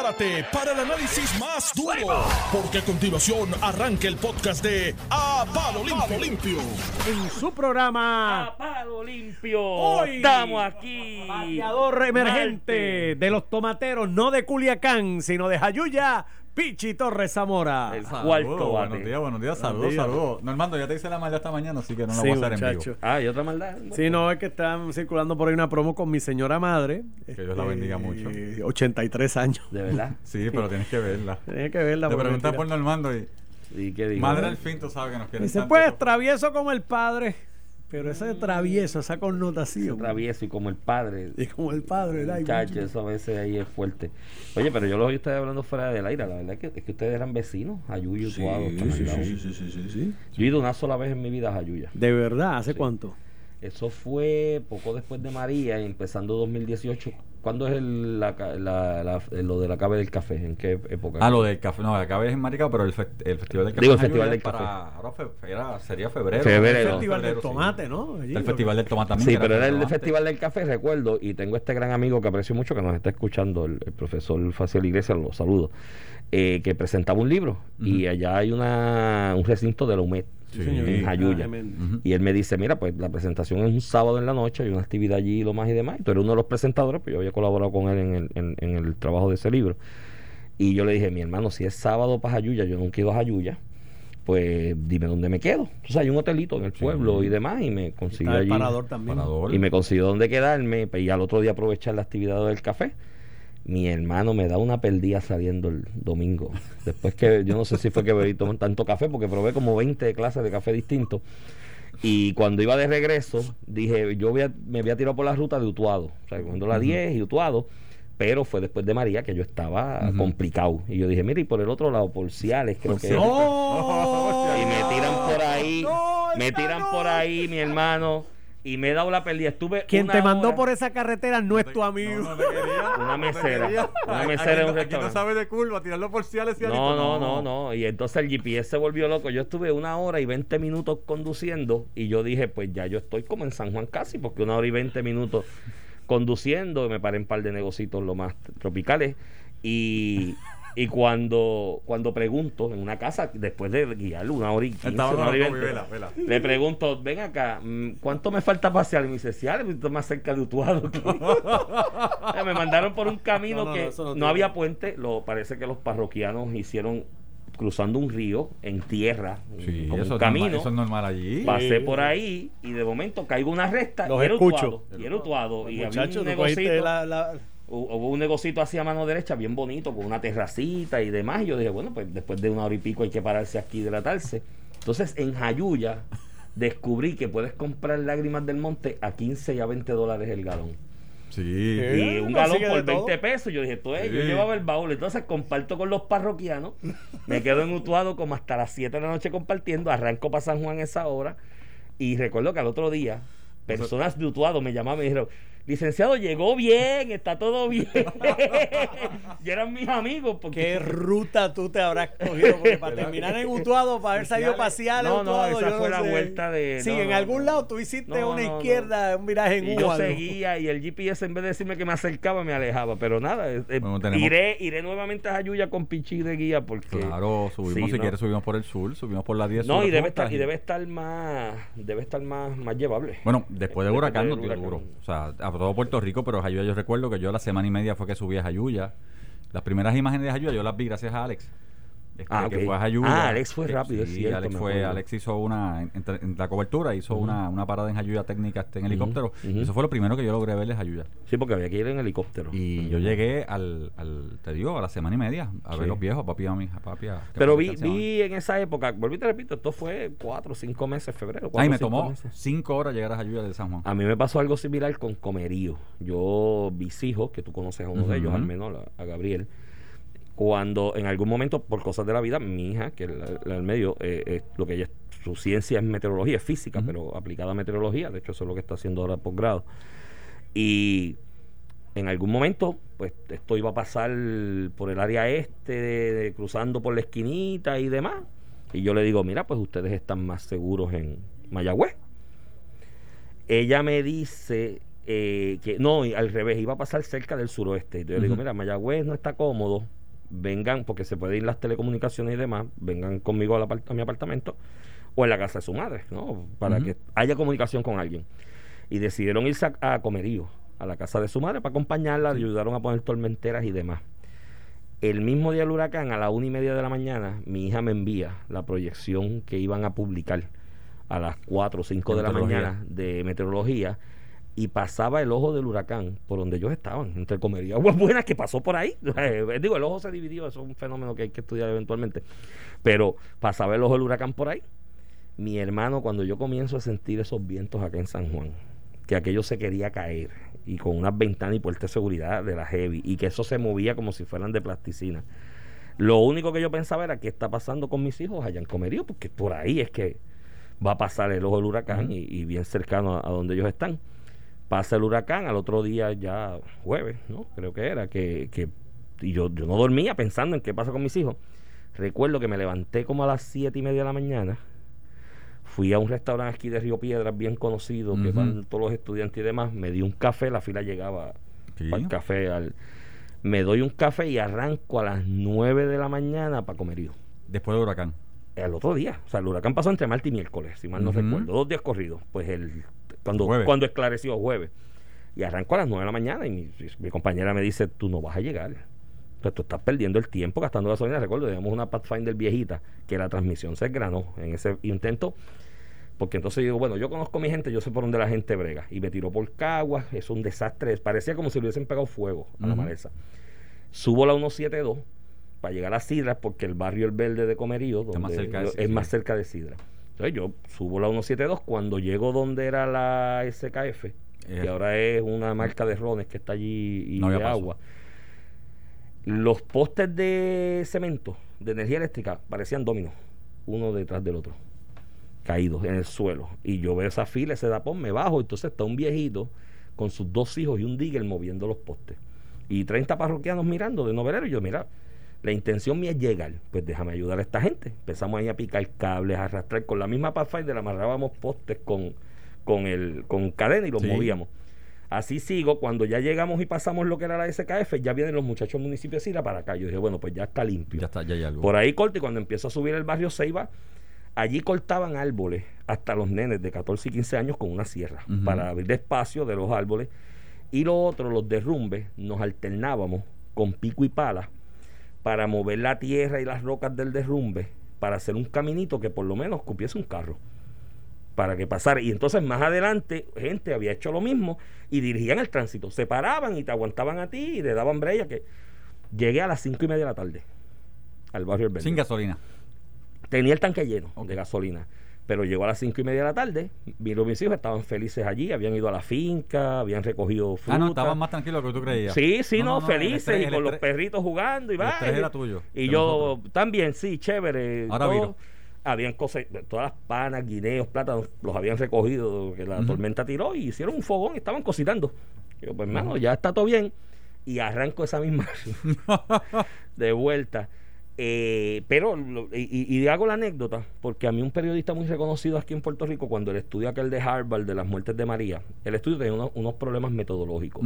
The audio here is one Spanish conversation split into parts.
Prepárate para el análisis más duro, porque a continuación arranca el podcast de A Palo Limpio. En su programa A Palo Limpio. Hoy Estamos aquí. bateador emergente de los tomateros, no de Culiacán, sino de Jayuya, Pichi Torres Zamora. El cuarto bate. Buenos días, saludos. Normando, ya te hice la maldad esta mañana, así que no la voy a hacer en vivo. Ah, y otra maldad. Sí, no, es que están circulando por ahí una promo con mi señora madre. Que Dios la bendiga mucho. 83 años. De verdad. Sí, pero tienes que verla. Tienes que verla. Te porque preguntas mira. por Normando y ¿Y qué digo? madre al fin, tú sabes que nos quieren Dice, tanto. pues, travieso como el padre. Pero ese travieso, esa connotación. Travieso y como el padre. Y como el padre, ¿verdad? Muchacho, eso a veces ahí es fuerte. Oye, pero yo los oí ustedes hablando fuera del aire. La verdad es que ustedes eran vecinos. Jayuya y Utuado. Sí. Yo he ido una sola vez en mi vida a Jayuya. ¿De verdad? ¿Hace Sí. cuánto? Eso fue poco después de María, empezando 2018. ¿Cuándo es lo de la cave del café? ¿En qué época? Ah, lo del café. No, acá es en Maricao, pero el festival del café. Digo, el en festival Jayuya del es para, café. ahora sería febrero. Febrero. El festival febrero, del sí. tomate, ¿no? Allí, El festival del tomate también. Sí, que pero era el antes. Festival del Café, recuerdo, y tengo este gran amigo que aprecio mucho, que nos está escuchando, el profesor Facial Iglesias, lo saludo, que presentaba un libro, y allá hay un recinto de la UMED, Sí. en Jayuya. Ujú. Y él me dice, mira, pues la presentación es un sábado en la noche, hay una actividad allí y lo más y demás, y tú eres uno de los presentadores, pues yo había colaborado con él en el trabajo de ese libro. Y yo le dije, mi hermano, si es sábado para Jayuya, yo nunca he ido a Jayuya, pues dime dónde me quedo. Entonces hay un hotelito en el pueblo y demás, y me consiguió Está el allí. parador también. Y me consiguió dónde quedarme, pues, y al otro día aprovechar la actividad del café. Mi hermano me da una perdida saliendo el domingo. Después que, yo no sé si fue que bebí tanto café, porque probé como 20 clases de café distintos. Y cuando iba de regreso, dije, me había tirado por la ruta de Utuado. O sea, cuando la 10 y Utuado, pero fue después de María que yo estaba complicado. Y yo dije, mira, y por el otro lado, por Ciales, creo que... ¡No! Y me tiran por ahí, No, mi hermano, y me he dado la pérdida. Estuve Quien una te mandó hora- por esa carretera no es tu amigo. No te quería. Una no te mesera. quería. Una mesera en un Aquí no restaurante. sabe de curva, tirarlo por Ciales y No. Y entonces el GPS se volvió loco. Yo estuve 1 hora y 20 minutos conduciendo y yo dije, pues ya yo estoy como en San Juan casi, porque 1 hora y 20 minutos conduciendo. Me paré en un par de negocios lo más tropicales y cuando pregunto en una casa, después de guiar 1 hora y 15, Estaba 1 hora y con 20, vela. le pregunto, ven acá, ¿cuánto me falta pasear? Y me dice, Ciales, estoy más cerca de Utuado. Me mandaron por un camino No, que eso no no tiene. había puente. Parece que los parroquianos hicieron cruzando un río en tierra, Sí, como eso un es camino. normal, eso es normal allí. Pasé por ahí y de momento caigo una recta Los y era escucho. Utuado. Y había Muchacho, un tú cogiste negocito. Hubo un negocito así a mano derecha bien bonito con una terracita y demás. Y yo dije, bueno, pues después de 1 hora y pico hay que pararse aquí y hidratarse. Entonces en Jayuya descubrí que puedes comprar lágrimas del monte a 15 y a $20 el galón. Sí. Y un galón consigue por de todo. 20 pesos. Yo dije, esto es, Sí. yo llevaba el baúl. Entonces comparto con los parroquianos. Me quedo en Utuado como hasta las 7 de la noche compartiendo. Arranco para San Juan a esa hora. Y recuerdo que al otro día, personas de Utuado me llamaban y me dijeron, licenciado, llegó bien, está todo bien. Y eran mis amigos. Porque ¿Qué ruta tú te habrás cogido? Porque para terminar en Utuado, para haber salido pasear No, Utuado, esa yo fue no la sé. vuelta de... Sí, no, en no, algún no. lado tú hiciste No, una no, izquierda, un viraje en Y yo Utuado. seguía y el GPS en vez de decirme que me acercaba, me alejaba. Pero nada, Bueno, tenemos- iré nuevamente a Jayuya con Pichi de guía porque... Claro, subimos Sí, si ¿no? quieres, subimos por el sur, subimos por la 10 No, sur y debe rutas estar más llevable. Bueno, después de huracán nos del dio huracán. duro. O sea, a todo Puerto Rico, pero Jayuya yo recuerdo que yo la semana y media fue que subí a Jayuya. Las primeras imágenes de Jayuya yo las vi gracias a Alex. Ah, Que ok. fue a Jayuya. Ah, Alex fue Que- rápido, es sí, cierto, Alex me fue, acuerdo. Alex hizo en la cobertura, hizo una parada en Jayuya técnica en helicóptero. ujú. Eso fue lo primero que yo logré ver de Jayuya. Sí, porque había que ir en helicóptero. Y yo llegué te digo, a la semana y media a ver Sí. los viejos, a papi y a mi papi. Pero vi en esa época, volví y te repito, esto fue 4 o 5 meses, febrero. 4 Ay, o me 5 tomó meses. 5 horas llegar a Jayuya de San Juan. A mí me pasó algo similar con Comerío. Yo, mis hijos, que tú conoces a uno de ellos, Ujú. al menos a Gabriel, cuando en algún momento, por cosas de la vida, mi hija, que es la del medio, lo que ella, su ciencia es meteorología, es física, pero aplicada a meteorología, de hecho eso es lo que está haciendo ahora posgrado. Y en algún momento, pues esto iba a pasar por el área cruzando por la esquinita y demás. Y yo le digo, mira, pues ustedes están más seguros en Mayagüez. Ella me dice, no, y al revés, iba a pasar cerca del suroeste. Entonces yo digo, mira, Mayagüez no está cómodo, vengan, porque se pueden ir las telecomunicaciones y demás, vengan conmigo a mi apartamento o en la casa de su madre, ¿no? Para que haya comunicación con alguien. Y decidieron irse a Comerío, a la casa de su madre, para acompañarla, le ayudaron a poner tormenteras y demás. El mismo día del huracán, a las 1:30 de la mañana, mi hija me envía la proyección que iban a publicar a las 4 o 5 de la mañana de meteorología, y pasaba el ojo del huracán por donde ellos estaban, entre Comerío y Aguas Buenas, que pasó por ahí. Digo, el ojo se dividió, eso es un fenómeno que hay que estudiar eventualmente, pero pasaba el ojo del huracán por ahí. Mi hermano, cuando yo comienzo a sentir esos vientos acá en San Juan, que aquello se quería caer, y con unas ventanas y puertas de seguridad de la heavy, y que eso se movía como si fueran de plasticina, lo único que yo pensaba era qué está pasando con mis hijos allá en Comerío, porque por ahí es que va a pasar el ojo del huracán, y bien cercano a donde ellos están. Pasa el huracán, al otro día ya jueves, ¿no? Creo que era, y yo no dormía pensando en qué pasa con mis hijos. Recuerdo que me levanté como a las 7:30 de la mañana, fui a un restaurante aquí de Río Piedras, bien conocido, que van todos los estudiantes y demás, me di un café, la fila llegaba para el café, me doy un café y arranco a las 9 de la mañana para Comerío. Después del huracán. Al otro día, o sea, el huracán pasó entre martes y miércoles, si mal no recuerdo, 2 días corridos, pues cuando esclareció jueves, y arrancó a las 9 de la mañana, y mi compañera me dice, tú no vas a llegar, o sea, tú estás perdiendo el tiempo gastando gasolina. Recuerdo, teníamos una Pathfinder viejita, que la transmisión se granó en ese intento, porque entonces digo, bueno, yo conozco a mi gente, yo sé por dónde la gente brega, y me tiró por Caguas, es un desastre, parecía como si le hubiesen pegado fuego a la maleza. Subo la 172 para llegar a Sidra, porque el barrio El Verde de Comerío es más cerca de Sidra. Entonces yo subo la 172, cuando llego donde era la SKF, que ahora es una marca de rones que está allí y de agua, los postes de cemento de energía eléctrica parecían dominos, uno detrás del otro, caídos en el suelo, y yo veo esa fila, ese tapón, me bajo, entonces está un viejito con sus 2 hijos y un digger moviendo los postes, y 30 parroquianos mirando de novelero, y yo, mira, la intención mía es llegar, pues déjame ayudar a esta gente. Empezamos ahí a picar cables, a arrastrar con la misma Pathfinder, amarrábamos postes con cadena y los movíamos. Así sigo, cuando ya llegamos y pasamos lo que era la SKF, ya vienen los muchachos del municipio de Sidra para acá. Yo dije, bueno, pues ya está limpio. Ya está, ya hay algo. Por ahí corto, y cuando empiezo a subir el barrio Ceiba, allí cortaban árboles hasta los nenes de 14 y 15 años con una sierra, para abrir espacio de los árboles. Y lo otro, los derrumbes, nos alternábamos con pico y pala para mover la tierra y las rocas del derrumbe, para hacer un caminito que por lo menos cupiese un carro, para que pasara. Y entonces más adelante gente había hecho lo mismo y dirigían el tránsito, se paraban y te aguantaban a ti y le daban breya. Que llegué a las 5:30 de la tarde al barrio El Verde. Sin gasolina. Tenía el tanque lleno de gasolina, pero llegó a las 5:30 de la tarde. Mis hijos estaban felices allí, habían ido a la finca, habían recogido fruta. No, estaban más tranquilos que tú creías. Sí, felices, y con los perritos jugando y va. El estrés era tuyo. Y yo nosotros también, sí, chévere. Ahora vino. Habían cosas, todas las panas, guineos, plátanos, los habían recogido, que la tormenta tiró, y hicieron un fogón y estaban cocinando. Yo, pues hermano, ya está todo bien. Y arranco esa misma de vuelta. Pero hago la anécdota porque a mí un periodista muy reconocido aquí en Puerto Rico, cuando el estudio aquel de Harvard de las muertes de María, el estudio tenía unos problemas metodológicos.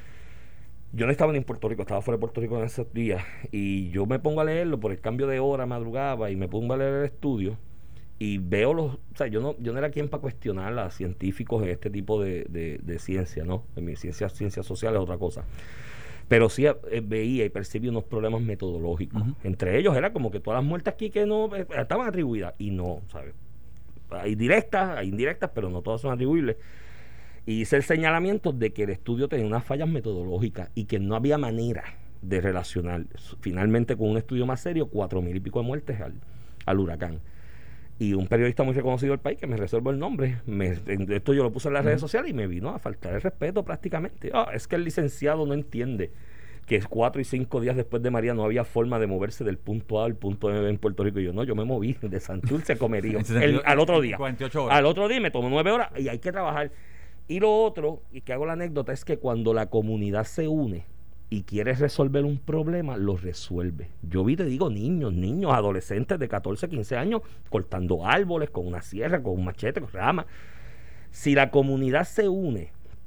Yo no estaba ni en Puerto Rico, estaba fuera de Puerto Rico en esos días, y yo me pongo a leerlo por el cambio de hora, madrugaba, y me pongo a leer el estudio y veo o sea, yo no era quien para cuestionar a científicos en este tipo de ciencia, ¿no? En mi ciencias sociales es otra cosa. Pero sí veía y percibía unos problemas metodológicos. Entre ellos era como que todas las muertes aquí que no estaban atribuidas, y no, ¿sabes? Hay directas, hay indirectas, pero no todas son atribuibles. Y hice el señalamiento de que el estudio tenía unas fallas metodológicas y que no había manera de relacionar finalmente con un estudio más serio 4,000 y pico de muertes al huracán. Y un periodista muy reconocido del país, que me reservo el nombre, esto yo lo puse en las redes sociales y me vino a faltar el respeto prácticamente. Es que el licenciado no entiende que 4 y 5 días después de María no había forma de moverse del punto A al punto B en Puerto Rico. Y yo me moví de Santurce a Comerío al otro día. 48 horas. Al otro día me tomó 9 horas y hay que trabajar. Y lo otro, y que hago la anécdota, es que cuando la comunidad se une y quiere resolver un problema, lo resuelve. Yo te digo, niños, adolescentes de 14, 15 años cortando árboles con una sierra, con un machete, con ramas. Si la comunidad se une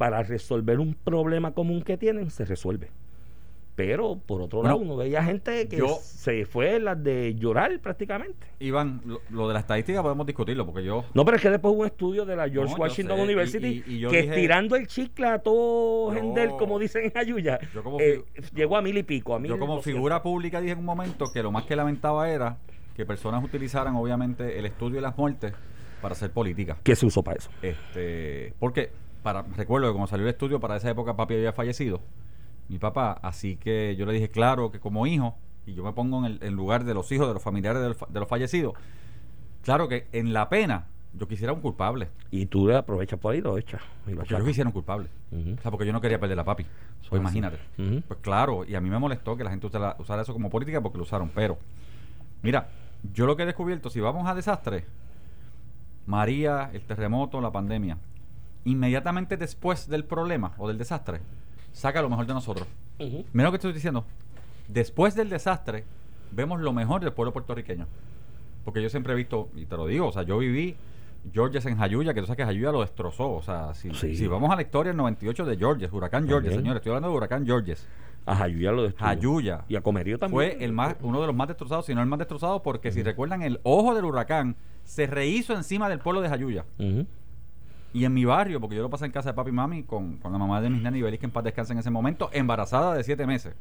para resolver un problema común que tienen, se resuelve. Pero, por otro lado, uno veía gente que se fue las de llorar prácticamente. Iván, lo de la estadística podemos discutirlo, porque yo... No, pero es que después hubo un estudio de la George Washington University y yo que dije, estirando el chicle a todo Gendel, como dicen en Ayuya, llegó a 1,000 y pico. Yo como figura pública dije en un momento que lo más que lamentaba era que personas utilizaran, obviamente, el estudio de las muertes para hacer política. ¿Qué se usó para eso? Porque recuerdo que cuando salió el estudio, para esa época papi había fallecido, mi papá, así que yo le dije, claro, que como hijo, y yo me pongo en el lugar de los hijos, de los familiares de los fallecidos, claro que en la pena yo quisiera un culpable. Y tú le aprovechas por ahí y lo echas. Yo quisiera un culpable. O sea, porque yo no quería perder a papi. Pues imagínate. Pues claro, y a mí me molestó que la gente usara eso como política porque lo usaron. Pero, mira, yo lo que he descubierto, si vamos a desastres, María, el terremoto, la pandemia, inmediatamente después del problema o del desastre, saca lo mejor de nosotros. Mira lo que estoy diciendo. Después del desastre, vemos lo mejor del pueblo puertorriqueño. Porque yo siempre he visto, y te lo digo, o sea, yo viví Georges en Jayuya, que tú sabes que Jayuya lo destrozó. O sea, si vamos a la historia, el 98 de Georges, huracán Georges, señores, estoy hablando de huracán Georges. A Jayuya lo destruyó. Jayuya. Y a Comerío también. Fue uno de los más destrozados, si no el más destrozado, porque si recuerdan, el ojo del huracán se rehizo encima del pueblo de Jayuya. Y en mi barrio, porque yo lo pasé en casa de papi y mami con la mamá de mis nenas, Ibelis, que en paz descansa en ese momento, embarazada de 7 meses.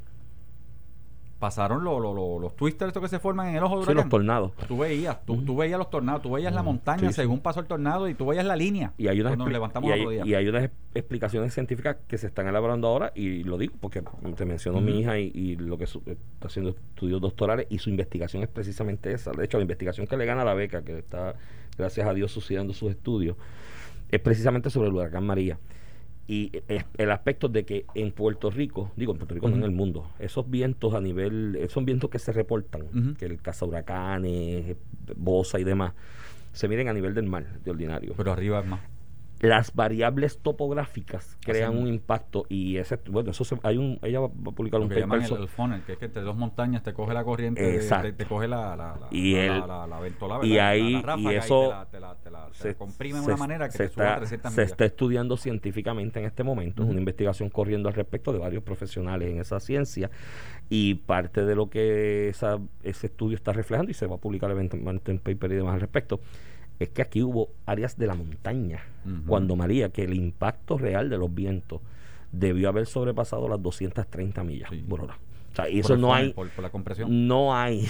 Pasaron los twisters estos que se forman en el ojo del huracán. Sí, los tornados. Tú veías los tornados, tú veías la montaña según pasó el tornado y tú veías la línea. Y hay unas y hay unas explicaciones científicas que se están elaborando ahora, y lo digo porque te mencionó mi hija y lo que está haciendo estudios doctorales, y su investigación es precisamente esa. De hecho, la investigación que le gana la beca, que está, gracias a Dios, subsidiando sus estudios, es precisamente sobre el huracán María. Y el aspecto de que en Puerto Rico, no en el mundo, esos vientos esos vientos que se reportan, que el cazahuracanes, Bosa y demás, se miden a nivel del mar, de ordinario. Pero arriba es más. Las variables topográficas crean un impacto, y ella va a publicar un paper. El funnel, que es que entre dos montañas te coge la corriente, te coge la ventola, y eso se comprime de una manera que te suba 300 millas. Se está estudiando científicamente en este momento, es una investigación corriendo al respecto de varios profesionales en esa ciencia, y parte de lo que ese estudio está reflejando, y se va a publicar eventualmente en paper y demás al respecto, es que aquí hubo áreas de la montaña cuando María, que el impacto real de los vientos debió haber sobrepasado las 230 millas por hora. O sea, y eso no hay. Por la compresión. No hay.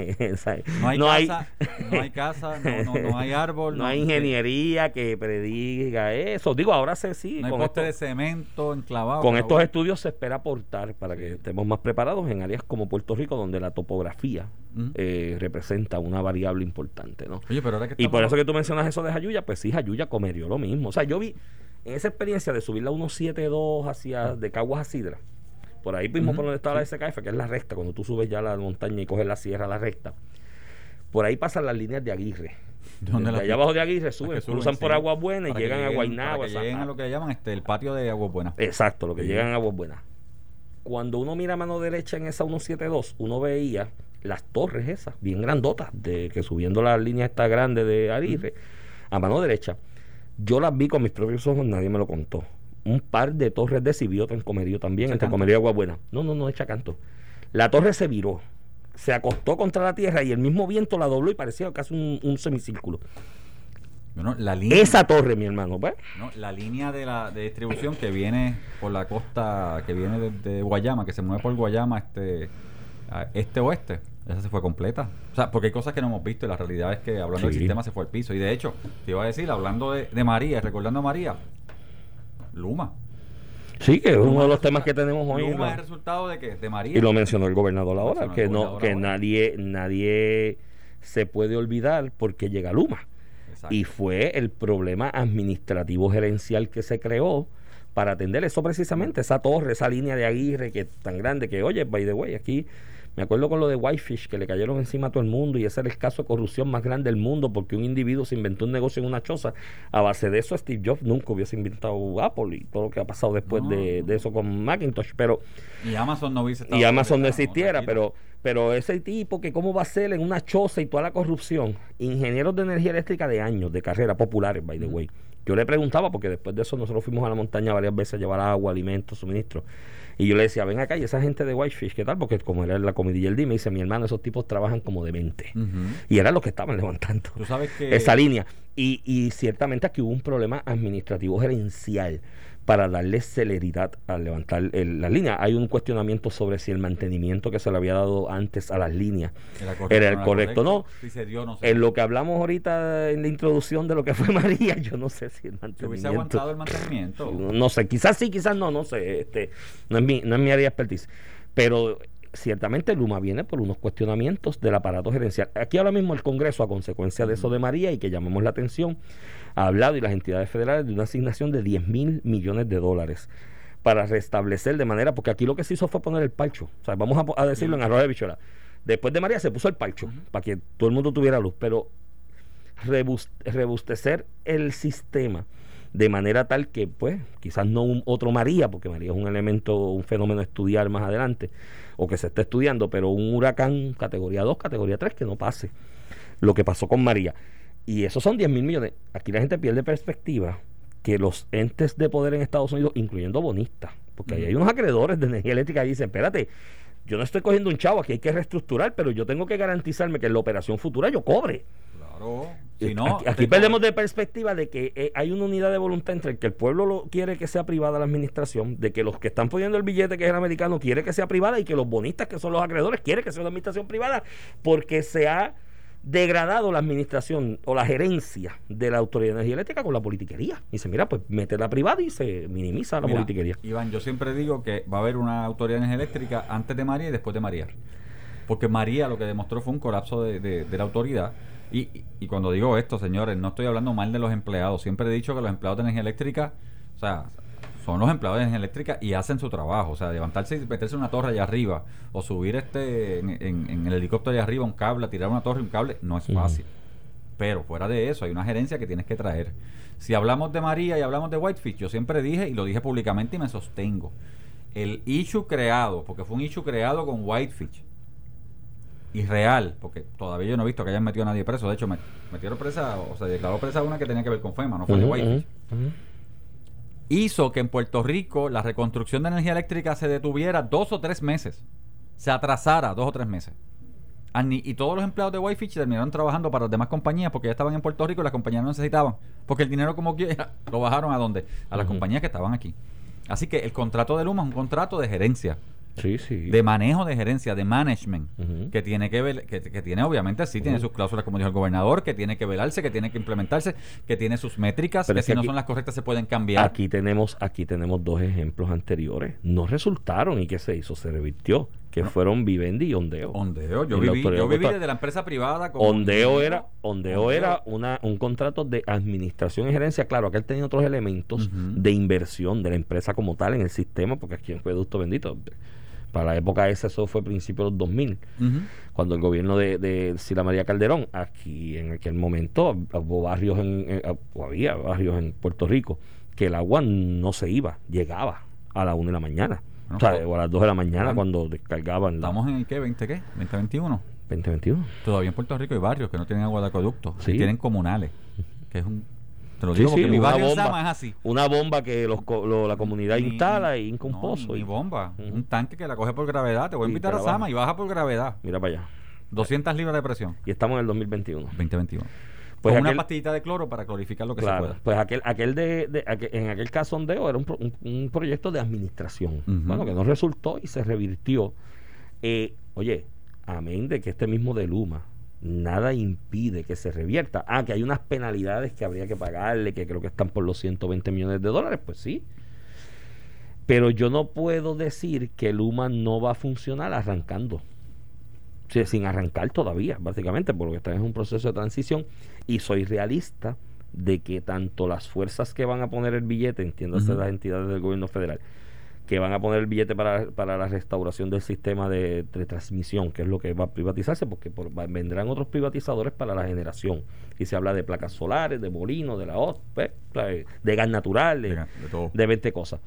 No hay casa, no hay árbol. No hay ingeniería que prediga eso. Digo, ahora sí. No hay poste de cemento enclavado. Con estos estudios se espera aportar para que estemos más preparados en áreas como Puerto Rico, donde la topografía representa una variable importante, ¿no? Oye, pero ahora que y por eso que tú mencionas eso de Jayuya, pues sí, Jayuya Comerío lo mismo. O sea, yo vi en esa experiencia de subir la 172 de Caguas a Sidra, por ahí mismo por donde estaba la SKF, que es la recta, cuando tú subes ya la montaña y coges la sierra a la recta, por ahí pasan las líneas de Aguirre. Desde allá abajo de Aguirre cruzan por Aguas Buenas y llegan a Guaynabo. Para que lleguen a lo que llaman el patio de Aguas Buenas. Exacto, lo que llegan a Aguas Buenas. Cuando uno mira a mano derecha en esa 172, uno veía las torres esas, bien grandotas, que subiendo las líneas esta grande de Aguirre, a mano derecha. Yo las vi con mis propios ojos, nadie me lo contó. Un par de torres de Cibiota en Comerío también, entre Comerío y Agua Buena. No echa canto. La torre se viró, se acostó contra la tierra y el mismo viento la dobló y parecía casi un semicírculo. Bueno, esa torre, mi hermano, pues. No, la línea de distribución que viene por la costa, que viene de Guayama, que se mueve por Guayama, oeste, esa se fue completa. O sea, porque hay cosas que no hemos visto y la realidad es que hablando del sistema se fue al piso. Y de hecho, te iba a decir, hablando de María, recordando a María, Luma. Sí, que es uno de los temas que tenemos hoy. Luma es el resultado de María. Y lo mencionó el gobernador ahora, que nadie se puede olvidar porque llega Luma. Exacto. Y fue el problema administrativo gerencial que se creó para atender eso precisamente, esa torre, esa línea de Aguirre que es tan grande que, oye, by the way, aquí me acuerdo con lo de Whitefish, que le cayeron encima a todo el mundo, y ese era el caso de corrupción más grande del mundo, porque un individuo se inventó un negocio en una choza. A base de eso, Steve Jobs nunca hubiese inventado Apple y todo lo que ha pasado después de eso con Macintosh. Y Amazon no hubiese estado. Y Amazon no existiera, pero ese tipo que cómo va a ser en una choza y toda la corrupción, ingenieros de energía eléctrica de años, de carrera, populares, by the way, yo le preguntaba, porque después de eso nosotros fuimos a la montaña varias veces a llevar agua, alimentos, suministros. Y yo le decía, ven acá, y esa gente de Whitefish, ¿qué tal? Porque como era la comidilla el día, me dice, mi hermano, esos tipos trabajan como de 20. Y eran los que estaban levantando Tú sabes que esa línea. Y ciertamente aquí hubo un problema administrativo gerencial para darle celeridad al levantar las líneas. Hay un cuestionamiento sobre si el mantenimiento que se le había dado antes a las líneas era el correcto o no. Si se dio, no sé. En lo que hablamos ahorita en la introducción de lo que fue María, yo no sé si el mantenimiento... ¿Se hubiese aguantado el mantenimiento? No sé, quizás sí, quizás no sé. No es mi área de expertise. Pero ciertamente Luma viene por unos cuestionamientos del aparato gerencial. Aquí ahora mismo el Congreso, a consecuencia de eso de María y que llamamos la atención, ha hablado, y las entidades federales, de una asignación de $10,000 millones para restablecer de manera, porque aquí lo que se hizo fue poner el parcho. O sea, vamos a decirlo en arroz de bichuela. Después de María se puso el parcho para que todo el mundo tuviera luz, pero rebustecer el sistema de manera tal que, pues, quizás no otro María, porque María es un elemento, un fenómeno a estudiar más adelante, o que se está estudiando, pero un huracán categoría 2, categoría 3, que no pase lo que pasó con María. Y esos son $10,000 millones. Aquí la gente pierde perspectiva que los entes de poder en Estados Unidos, incluyendo bonistas, porque ahí hay unos acreedores de energía eléctrica que dicen, espérate, yo no estoy cogiendo un chavo, aquí hay que reestructurar, pero yo tengo que garantizarme que en la operación futura yo cobre. Claro. Si no, aquí perdemos de perspectiva de que hay una unidad de voluntad entre el que el pueblo quiere que sea privada la administración, de que los que están poniendo el billete, que es el americano, quiere que sea privada, y que los bonistas, que son los acreedores, quieren que sea una administración privada, porque se ha degradado la administración o la gerencia de la Autoridad de Energía Eléctrica con la politiquería. Y dice, mira, pues mete la privada y se minimiza la politiquería. Iván, yo siempre digo que va a haber una Autoridad de Energía Eléctrica antes de María y después de María. Porque María lo que demostró fue un colapso de la autoridad. Y cuando digo esto, señores, no estoy hablando mal de los empleados. Siempre he dicho que los empleados de energía eléctrica, o sea, son los empleados de energía eléctrica y hacen su trabajo. O sea, levantarse y meterse en una torre allá arriba, o subir en el helicóptero allá arriba un cable, tirar una torre y un cable, no es fácil. Pero fuera de eso, hay una gerencia que tienes que traer. Si hablamos de María y hablamos de Whitefish, yo siempre dije, y lo dije públicamente y me sostengo, el issue creado, porque fue un issue creado con Whitefish, irreal, porque todavía yo no he visto que hayan metido a nadie preso. De hecho, metieron presa, o sea, declaró presa una que tenía que ver con FEMA, no fue de Whitefish. Hizo que en Puerto Rico la reconstrucción de energía eléctrica se detuviera 2 o 3 meses, se atrasara 2 o 3 meses. Y todos los empleados de Whitefish terminaron trabajando para las demás compañías porque ya estaban en Puerto Rico y las compañías no necesitaban, porque el dinero como quiera lo bajaron ¿a dónde? A las compañías que estaban aquí. Así que el contrato de Luma es un contrato de gerencia. Sí, sí. De manejo de gerencia, de management, que tiene que ver, que tiene obviamente tiene sus cláusulas, como dijo el gobernador, que tiene que velarse, que tiene que implementarse, que tiene sus métricas, pero que si no son las correctas se pueden cambiar. Aquí tenemos 2 ejemplos anteriores. No resultaron, y ¿qué se hizo? Se revirtió, que fueron Vivendi y Ondeo. Yo viví desde la empresa privada. Ondeo era un contrato de administración y gerencia. Claro, aquel tenía otros elementos de inversión de la empresa como tal en el sistema, porque aquí en Acueducto Bendito, para la época esa, eso fue principio de los 2000, cuando el gobierno de Sila María Calderón, aquí en aquel momento había barrios en Puerto Rico que el agua no se iba, llegaba a la 1 de la mañana, o sea, o a las 2 de la mañana cuando descargaban. ¿Estamos en el qué? ¿20 qué? ¿2021? 2021. Todavía en Puerto Rico hay barrios que no tienen agua de acueducto, tienen comunales, que es un... Te lo Sí, digo porque sí, mi una barrio bomba, Sama es así. Una bomba que la comunidad instala y hinca un pozo. Ni bomba. Un tanque que la coge por gravedad. Te voy a invitar a Sama y baja por gravedad. Mira para allá. 200 libras de presión. Y estamos en el 2021. 2021. Pues con una pastillita de cloro para clorificar lo que se pueda. Pues en aquel caso Ondeo era un proyecto de administración. Bueno, que no resultó y se revirtió. Oye, amén de que este mismo de Luma, nada impide que se revierta. Que hay unas penalidades que habría que pagarle, que creo que están por los $120 millones, pues sí. Pero yo no puedo decir que Luma no va a funcionar arrancando. O sea, sin arrancar todavía, básicamente, porque está en un proceso de transición. Y soy realista de que tanto las fuerzas que van a poner el billete, entiéndase las entidades del gobierno federal, que van a poner el billete para la restauración del sistema de transmisión, que es lo que va a privatizarse, porque vendrán otros privatizadores para la generación. Y se habla de placas solares, de molinos, de de gas natural, de 20 cosas.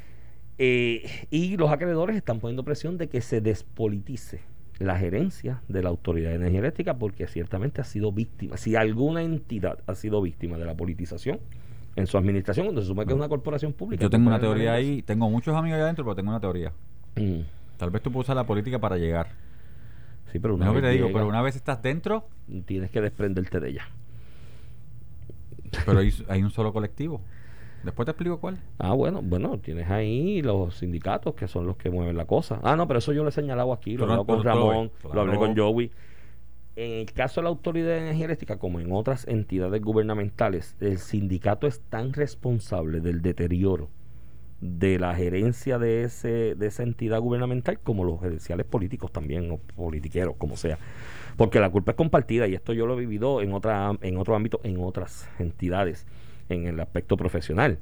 Y los acreedores están poniendo presión de que se despolitice la gerencia de la Autoridad de Energía Eléctrica, porque ciertamente ha sido víctima. Si alguna entidad ha sido víctima de la politización, en su administración, cuando se supone que es una corporación pública. Yo tengo una teoría ahí, tengo muchos amigos allá adentro, pero tengo una teoría. Mm. Tal vez tú puedes usar la política para llegar. Sí, pero No es lo que te digo, pero una vez estás dentro, tienes que desprenderte de ella. pero hay un solo colectivo. Después te explico cuál. Bueno, tienes ahí los sindicatos que son los que mueven la cosa. No, pero eso yo lo he señalado aquí, lo he hablado con Ramón, lo hablé con Joey. En el caso de la Autoridad de Energía Eléctrica, como en otras entidades gubernamentales, el sindicato es tan responsable del deterioro de la gerencia de esa entidad gubernamental como los gerenciales políticos también, o politiqueros, como sea. Porque la culpa es compartida, y esto yo lo he vivido en otro ámbito, en otras entidades, en el aspecto profesional.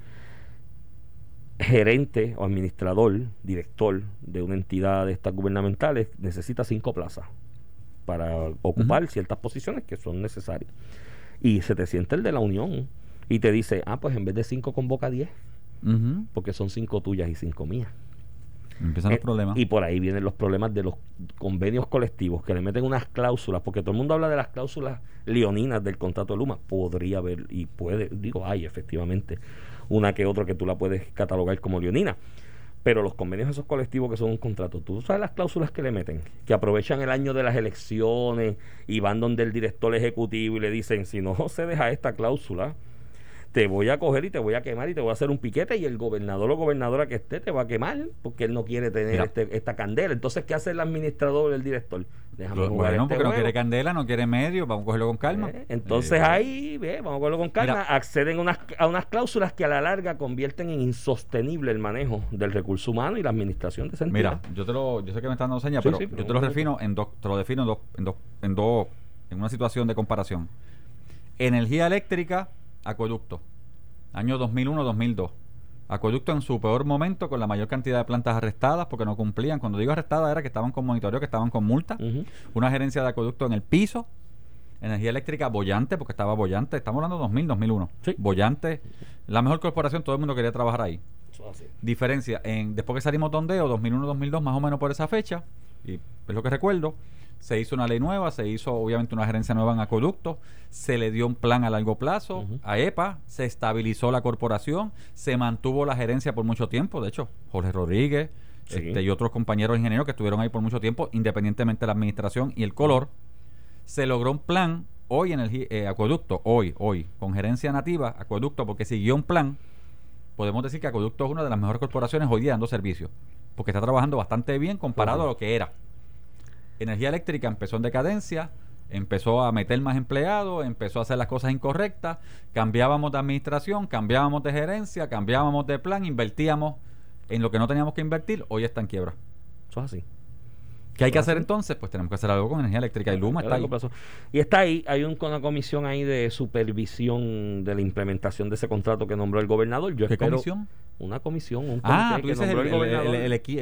Gerente o administrador, director de una entidad de estas gubernamentales necesita 5 plazas para ocupar ciertas posiciones que son necesarias. Y se te siente el de la unión y te dice, pues en vez de 5 convoca 10, porque son 5 tuyas y 5 mías. Empiezan los problemas. Y por ahí vienen los problemas de los convenios colectivos, que le meten unas cláusulas, porque todo el mundo habla de las cláusulas leoninas del contrato de Luma. Podría haber, y hay efectivamente una que otra que tú la puedes catalogar como leonina. Pero los convenios esos colectivos que son un contrato, tú sabes las cláusulas que le meten, que aprovechan el año de las elecciones y van donde el director ejecutivo y le dicen, si no se deja esta cláusula, te voy a coger y te voy a quemar y te voy a hacer un piquete, y el gobernador o gobernadora que esté te va a quemar porque él no quiere tener esta candela. Entonces, ¿qué hace el administrador o el director? Déjame jugar porque juego. No quiere candela, no quiere medio, vamos a cogerlo con calma. Entonces vamos a cogerlo con calma. Acceden a unas cláusulas que a la larga convierten en insostenible el manejo del recurso humano y la administración de esa entidad. Mira, yo sé que me están dando señas, pero yo te lo defino en una situación de comparación. Energía eléctrica, acueducto, año 2001-2002. Acueducto en su peor momento, con la mayor cantidad de plantas arrestadas porque no cumplían. Cuando digo arrestadas era que estaban con monitoreo, que estaban con multa. Una gerencia de acueducto en el piso. Energía eléctrica bollante, porque estaba bollante. Estamos hablando de 2000, 2001. Sí. Bollante. La mejor corporación, todo el mundo quería trabajar ahí. Diferencia, después que salimos Tondeo, 2001, 2002, más o menos por esa fecha, y es lo que recuerdo, se hizo una ley nueva, se hizo obviamente una gerencia nueva en acueducto, se le dio un plan a largo plazo a EPA, se estabilizó la corporación, se mantuvo la gerencia por mucho tiempo. De hecho, Jorge Rodríguez y otros compañeros ingenieros que estuvieron ahí por mucho tiempo, independientemente de la administración y el color. Se logró un plan, hoy acueducto, hoy, con gerencia nativa, acueducto, porque siguió un plan. Podemos decir que Acueducto es una de las mejores corporaciones hoy día dando servicio, porque está trabajando bastante bien comparado a lo que era. Energía eléctrica empezó en decadencia, empezó a meter más empleados, empezó a hacer las cosas incorrectas, cambiábamos de administración, cambiábamos de gerencia, cambiábamos de plan, invertíamos en lo que no teníamos que invertir, hoy está en quiebra. Eso es así. ¿Qué hay que hacer entonces? Pues tenemos que hacer algo con energía eléctrica, y Luma está ahí. Y está ahí, hay una comisión ahí de supervisión de la implementación de ese contrato que nombró el gobernador. ¿Qué comisión? Una comisión, un comité tú que dices nombró el gobernador.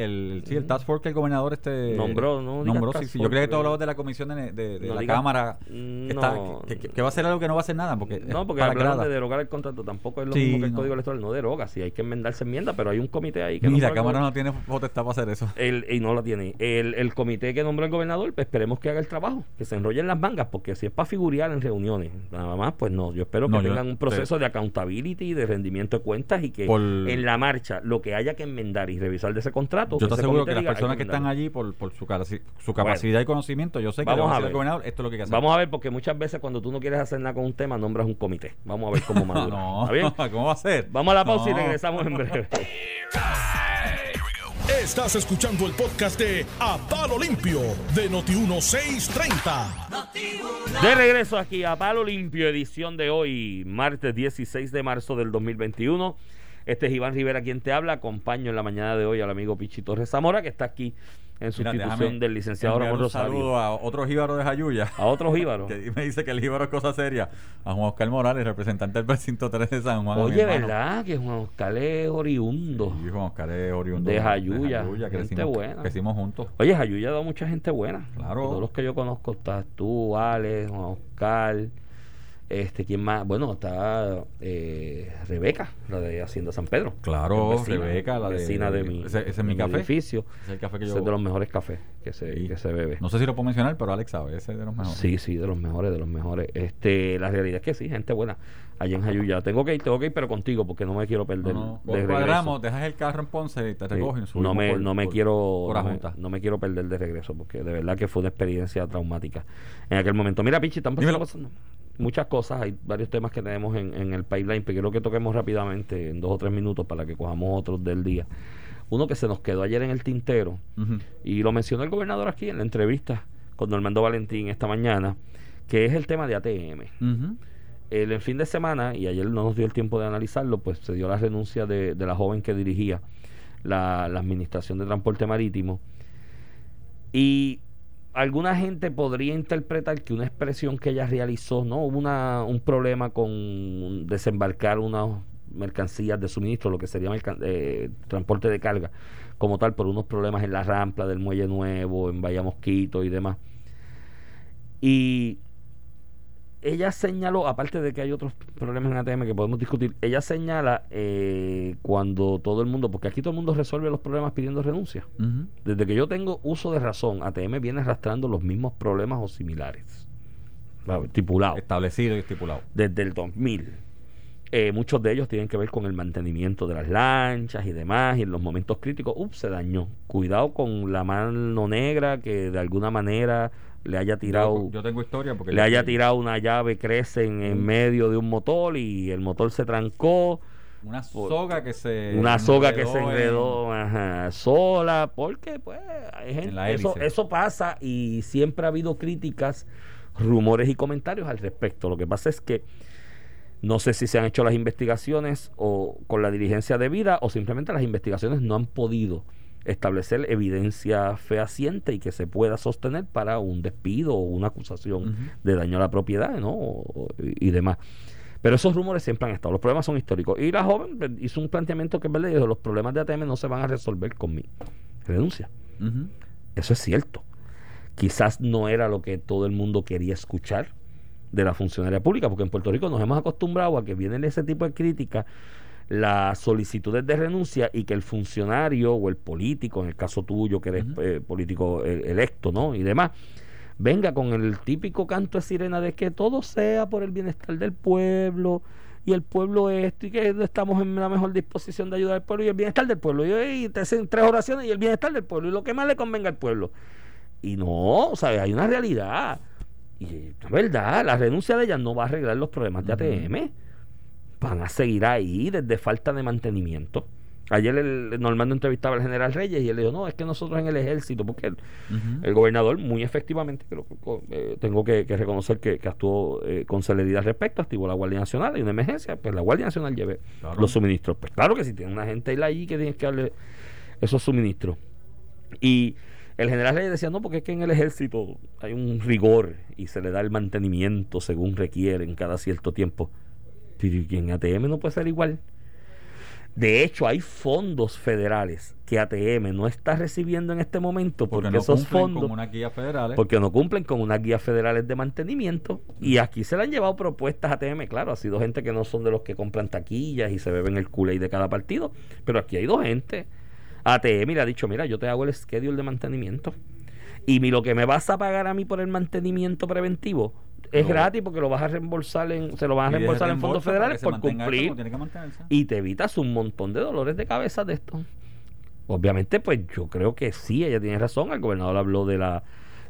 El task force que el gobernador nombró, sí. Yo creía que tú hablabas de la comisión de la Cámara, que va a hacer algo que no va a hacer nada. Porque hablaron de derogar el contrato, tampoco es lo mismo que el Código Electoral, no deroga, sí hay que enmendarse enmienda, pero hay un comité ahí que la Cámara no tiene potestad para hacer eso. Y no la tiene. El comité que nombró el gobernador, pues esperemos que haga el trabajo, que se enrollen las mangas, porque si es para figurear en reuniones, nada más, pues no. Yo espero que tengan un proceso de accountability, de rendimiento de cuentas, y que en la marcha, lo que haya que enmendar y revisar de ese contrato. Yo te aseguro que las personas que están allí, por su capacidad y conocimiento, yo sé que vamos a ver. Gobernador, esto es lo que hay que hacer. Vamos a ver, porque muchas veces cuando tú no quieres hacer nada con un tema, nombras un comité. Vamos a ver cómo madura. ¿Está bien? ¿Cómo va a ser? Vamos a la pausa y regresamos en breve. Estás escuchando el podcast de A Palo Limpio de Noti1630. De regreso aquí a Palo Limpio, edición de hoy, martes 16 de marzo del 2021. Este es Iván Rivera quien te habla. Acompaño en la mañana de hoy al amigo Pichi Torres Zamora, que está aquí en sustitución del licenciado Ramón Rosario. Un saludo a otro jíbaro de Jayuya. A otro jíbaro. Que me dice que el jíbaro es cosa seria. A Juan Oscar Morales, representante del precinto 3 de San Juan. Oye, ¿verdad? Que Juan Oscar es oriundo. Sí, Juan Oscar es oriundo. De Jayuya. Gente buena. Crecimos juntos. Oye, Jayuya ha dado mucha gente buena. Claro. Todos los que yo conozco, estás tú, Alex, Juan Oscar, ¿Quién más? Bueno, está Rebeca, la de Hacienda San Pedro. Claro, vecina, Rebeca, la vecina de mi, ese es mi café. edificio. Es el café que Ese yo... es de los mejores cafés que se bebe. No sé si lo puedo mencionar, pero Alex sabe, ese es de los mejores. Sí, de los mejores, de los mejores. La realidad es que sí, gente buena. Allá en Jayuya. Tengo que ir, pero contigo, porque no me quiero perder. Cuadramos, dejas el carro en Ponce y te recogen. No me quiero perder de regreso, porque de verdad que fue una experiencia traumática en aquel momento. Mira, Pichi, están pasando muchas cosas. Hay varios temas que tenemos en el pipeline, pero quiero que toquemos rápidamente en 2 o 3 minutos para que cojamos otros del día. Uno que se nos quedó ayer en el tintero, y lo mencionó el gobernador aquí en la entrevista con Normando Valentín esta mañana, que es el tema de ATM. El fin de semana, y ayer no nos dio el tiempo de analizarlo, pues se dio la renuncia de la joven que dirigía la Administración de Transporte Marítimo, y alguna gente podría interpretar que una expresión que ella realizó, ¿no? Hubo un problema con desembarcar unas mercancías de suministro, lo que sería transporte de carga como tal, por unos problemas en la rampa del Muelle Nuevo, en Bahía Mosquito y demás. Y ella señaló, aparte de que hay otros problemas en ATM que podemos discutir, ella señala cuando todo el mundo, porque aquí todo el mundo resuelve los problemas pidiendo renuncia. Desde que yo tengo uso de razón, ATM viene arrastrando los mismos problemas o similares, estipulado, establecido y estipulado desde el 2000. Muchos de ellos tienen que ver con el mantenimiento de las lanchas y demás, y en los momentos críticos se dañó. Cuidado con la mano negra que de alguna manera le haya tirado, yo tengo historia porque le haya tirado una llave Crecen en medio de un motor y el motor se trancó. Una soga que se enredó sola, porque pues eso pasa, y siempre ha habido críticas, rumores y comentarios al respecto. Lo que pasa es que no sé si se han hecho las investigaciones o con la diligencia debida, o simplemente las investigaciones no han podido establecer evidencia fehaciente y que se pueda sostener para un despido o una acusación de daño a la propiedad, ¿no? Y demás. Pero esos rumores siempre han estado. Los problemas son históricos. Y la joven hizo un planteamiento que es verdad, y dijo: los problemas de ATM no se van a resolver con mi renuncia. Eso es cierto. Quizás no era lo que todo el mundo quería escuchar de la funcionaria pública, porque en Puerto Rico nos hemos acostumbrado a que vienen ese tipo de críticas, las solicitudes de renuncia, y que el funcionario o el político, en el caso tuyo que eres político electo, ¿no? Y demás, venga con el típico canto de sirena de que todo sea por el bienestar del pueblo, y el pueblo esto, y que estamos en la mejor disposición de ayudar al pueblo y el bienestar del pueblo, y te hacen 3 oraciones y el bienestar del pueblo y lo que más le convenga al pueblo. Y no, ¿sabes? Hay una realidad, y es verdad, la renuncia de ella no va a arreglar los problemas de ATM. Van a seguir ahí desde falta de mantenimiento. Ayer Normando entrevistaba al general Reyes y él le dijo: no, es que nosotros en el ejército, porque el gobernador muy efectivamente, tengo que reconocer que actuó con celeridad al respecto, activó la Guardia Nacional. Hay una emergencia, pues la Guardia Nacional lleve los suministros. Pues claro que si tiene una gente ahí que tienes que darle esos suministros. Y el general Reyes decía: no, porque es que en el ejército hay un rigor y se le da el mantenimiento según requieren cada cierto tiempo. Y en ATM no puede ser igual. De hecho, hay fondos federales que ATM no está recibiendo en este momento porque no esos fondos con unas guías federales. Porque no cumplen con unas guías federales de mantenimiento. Y aquí se le han llevado propuestas a ATM. Claro, ha sido gente que no son de los que compran taquillas y se beben el Kool-Aid de cada partido, pero aquí hay 2 gente. ATM le ha dicho: mira, yo te hago el schedule de mantenimiento, y lo que me vas a pagar a mí por el mantenimiento preventivo es gratis, porque lo vas a reembolsar se lo van a reembolsar en fondos federales por cumplir, y te evitas un montón de dolores de cabeza de esto. Obviamente, pues yo creo que sí, ella tiene razón. El gobernador habló de la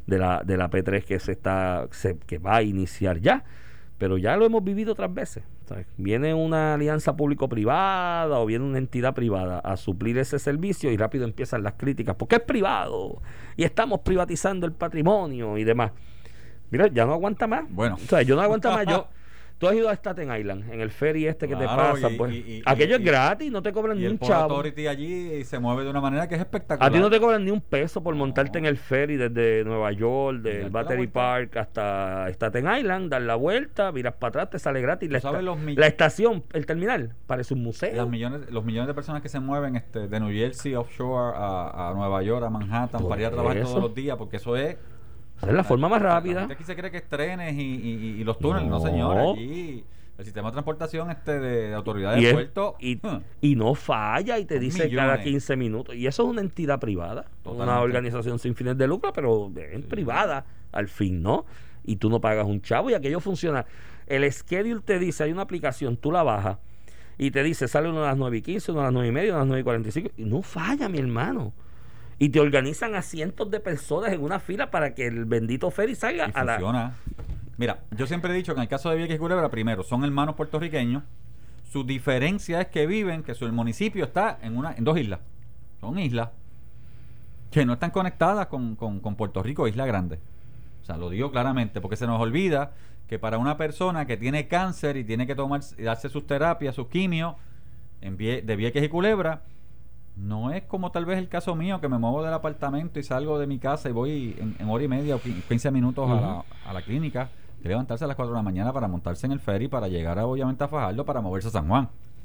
P3 que va a iniciar ya, pero ya lo hemos vivido otras veces, ¿sabes? Viene una alianza público-privada o viene una entidad privada a suplir ese servicio, y rápido empiezan las críticas porque es privado y estamos privatizando el patrimonio y demás. Mira, ya no aguanta más. Bueno. O sea, yo no aguanta más. Tú has ido a Staten Island, en el ferry que te pasa, pues. Aquello es gratis, no te cobran ni un chavo. El Authority allí se mueve de una manera que es espectacular. A ti no te cobran ni un peso por montarte en el ferry desde Nueva York, del Battery Park hasta Staten Island, dar la vuelta, miras para atrás, te sale gratis. La estación, el terminal, parece un museo. Los millones de personas que se mueven de New Jersey offshore a Nueva York, a Manhattan, para ir a trabajar todos los días, porque eso es Esa es la forma más rápida. La gente aquí se cree que es trenes y los túneles. No, señor. Allí el sistema de transportación de autoridad de puerto. Y no falla y te dice millones. Cada 15 minutos. Y eso es una entidad privada. Totalmente. Una organización sin fines de lucro, pero es privada al fin, ¿no? Y tú no pagas un chavo y aquello funciona. El schedule te dice, hay una aplicación, tú la bajas y te dice, sale uno a las 9:15, uno a las 9:30, uno a las 9:45. Y no falla, mi hermano. Y te organizan a cientos de personas en una fila para que el bendito ferry salga y funciona. Mira, yo siempre he dicho que en el caso de Vieques y Culebra, primero, son hermanos puertorriqueños. Su diferencia es que viven, que el municipio está en 2 islas. Son islas que no están conectadas con Puerto Rico, Isla Grande. O sea, lo digo claramente, porque se nos olvida que para una persona que tiene cáncer y tiene que darse sus terapias, sus quimios, de Vieques y Culebra, no es como tal vez el caso mío, que me muevo del apartamento y salgo de mi casa y voy en hora y media o 15 minutos a la clínica. Hay que levantarse a las 4 de la mañana para montarse en el ferry para llegar obviamente a Fajardo para moverse a San Juan.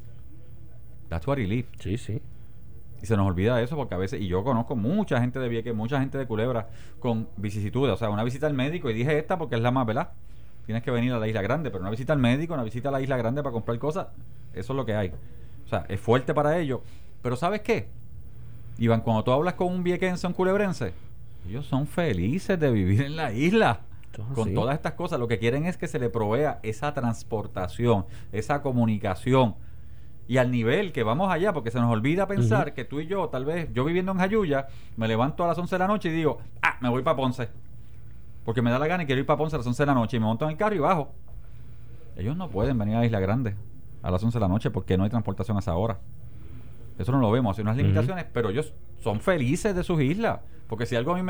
That's what he live. Sí, sí. Y se nos olvida eso porque a veces, y yo conozco mucha gente de Vieques, mucha gente de Culebra con vicisitudes, o sea, una visita al médico, y dije esta porque es la más, ¿verdad? Tienes que venir a la Isla Grande, pero una visita al médico, una visita a la Isla Grande para comprar cosas, eso es lo que hay. O sea, es fuerte para ellos. Pero ¿sabes qué? Iván, cuando tú hablas con un viequense o un culebrense, ellos son felices de vivir en la isla. Con todas estas cosas, lo que quieren es que se le provea esa transportación, esa comunicación. Y al nivel que vamos allá, porque se nos olvida pensar que tú y yo, tal vez, yo viviendo en Jayuya, me levanto a las 11 de la noche y digo, me voy para Ponce. Porque me da la gana y quiero ir para Ponce a las 11 de la noche y me monto en el carro y bajo. Ellos no pueden venir a Isla Grande a las 11 de la noche porque no hay transportación a esa hora. Eso no lo vemos, hay unas limitaciones, pero ellos son felices de sus islas. Porque si algo a mí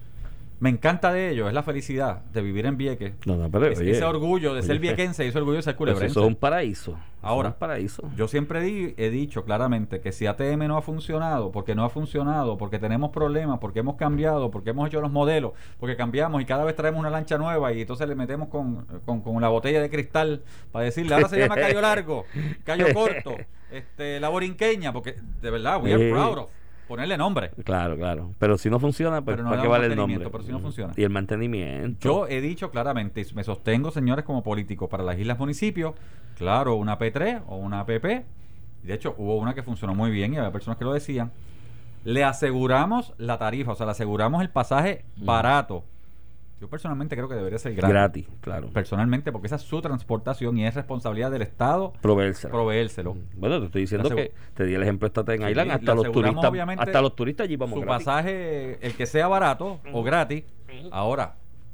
me encanta de ellos es la felicidad de vivir en Vieques. Ese orgullo de ser viequense y ese orgullo de ser culebrense. Eso es un paraíso. Ahora, yo siempre he dicho claramente que si ATM no ha funcionado, porque tenemos problemas, porque hemos cambiado, porque hemos hecho los modelos, porque cambiamos y cada vez traemos una lancha nueva y entonces le metemos con la botella de cristal para decirle, ahora se llama Cayo Largo, Cayo Corto, la Borinqueña, porque de verdad, we are proud of ponerle nombre. Claro. Pero si no funciona, pues ¿para qué vale el nombre? Pero si no funciona. Y el mantenimiento. Yo he dicho claramente, y me sostengo, señores, como político, para las islas municipios, claro, una P3 o una PP, de hecho, hubo una que funcionó muy bien y había personas que lo decían, le aseguramos la tarifa, o sea, le aseguramos el pasaje barato. Yo personalmente creo que debería ser gratis, claro. Personalmente, porque esa es su transportación y es responsabilidad del Estado proveérselo. Bueno, te estoy diciendo que te di el ejemplo de Staten Island, hasta los turistas allí vamos su gratis. Pasaje, el que sea barato o gratis. Ahora,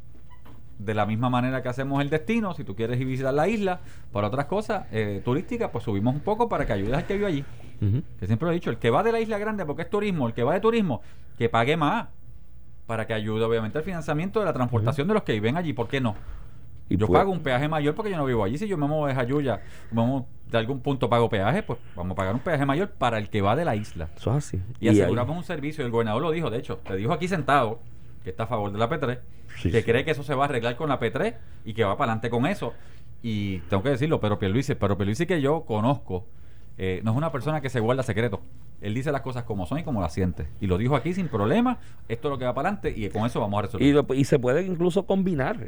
de la misma manera que hacemos el destino, si tú quieres ir a visitar la isla para otras cosas turísticas, pues subimos un poco para que ayudes al que vive allí. Que siempre lo he dicho, el que va de la Isla Grande porque es turismo, el que va de turismo, que pague más, para que ayude obviamente al financiamiento de la transportación de los que viven allí. ¿Por qué no? Yo pago un peaje mayor porque yo no vivo allí. Si yo me muevo de Jayuya, de algún punto pago peaje, pues vamos a pagar un peaje mayor para el que va de la isla. Eso es así. Y aseguramos un servicio. El gobernador lo dijo, de hecho, te dijo aquí sentado que está a favor de la P3, cree que eso se va a arreglar con la P3 y que va para adelante con eso. Y tengo que decirlo, pero Pierluisi que yo conozco, no es una persona que se guarda secretos. Él dice las cosas como son y como las siente. Y lo dijo aquí sin problema. Esto es lo que va para adelante y con eso vamos a resolver. Y se puede incluso combinar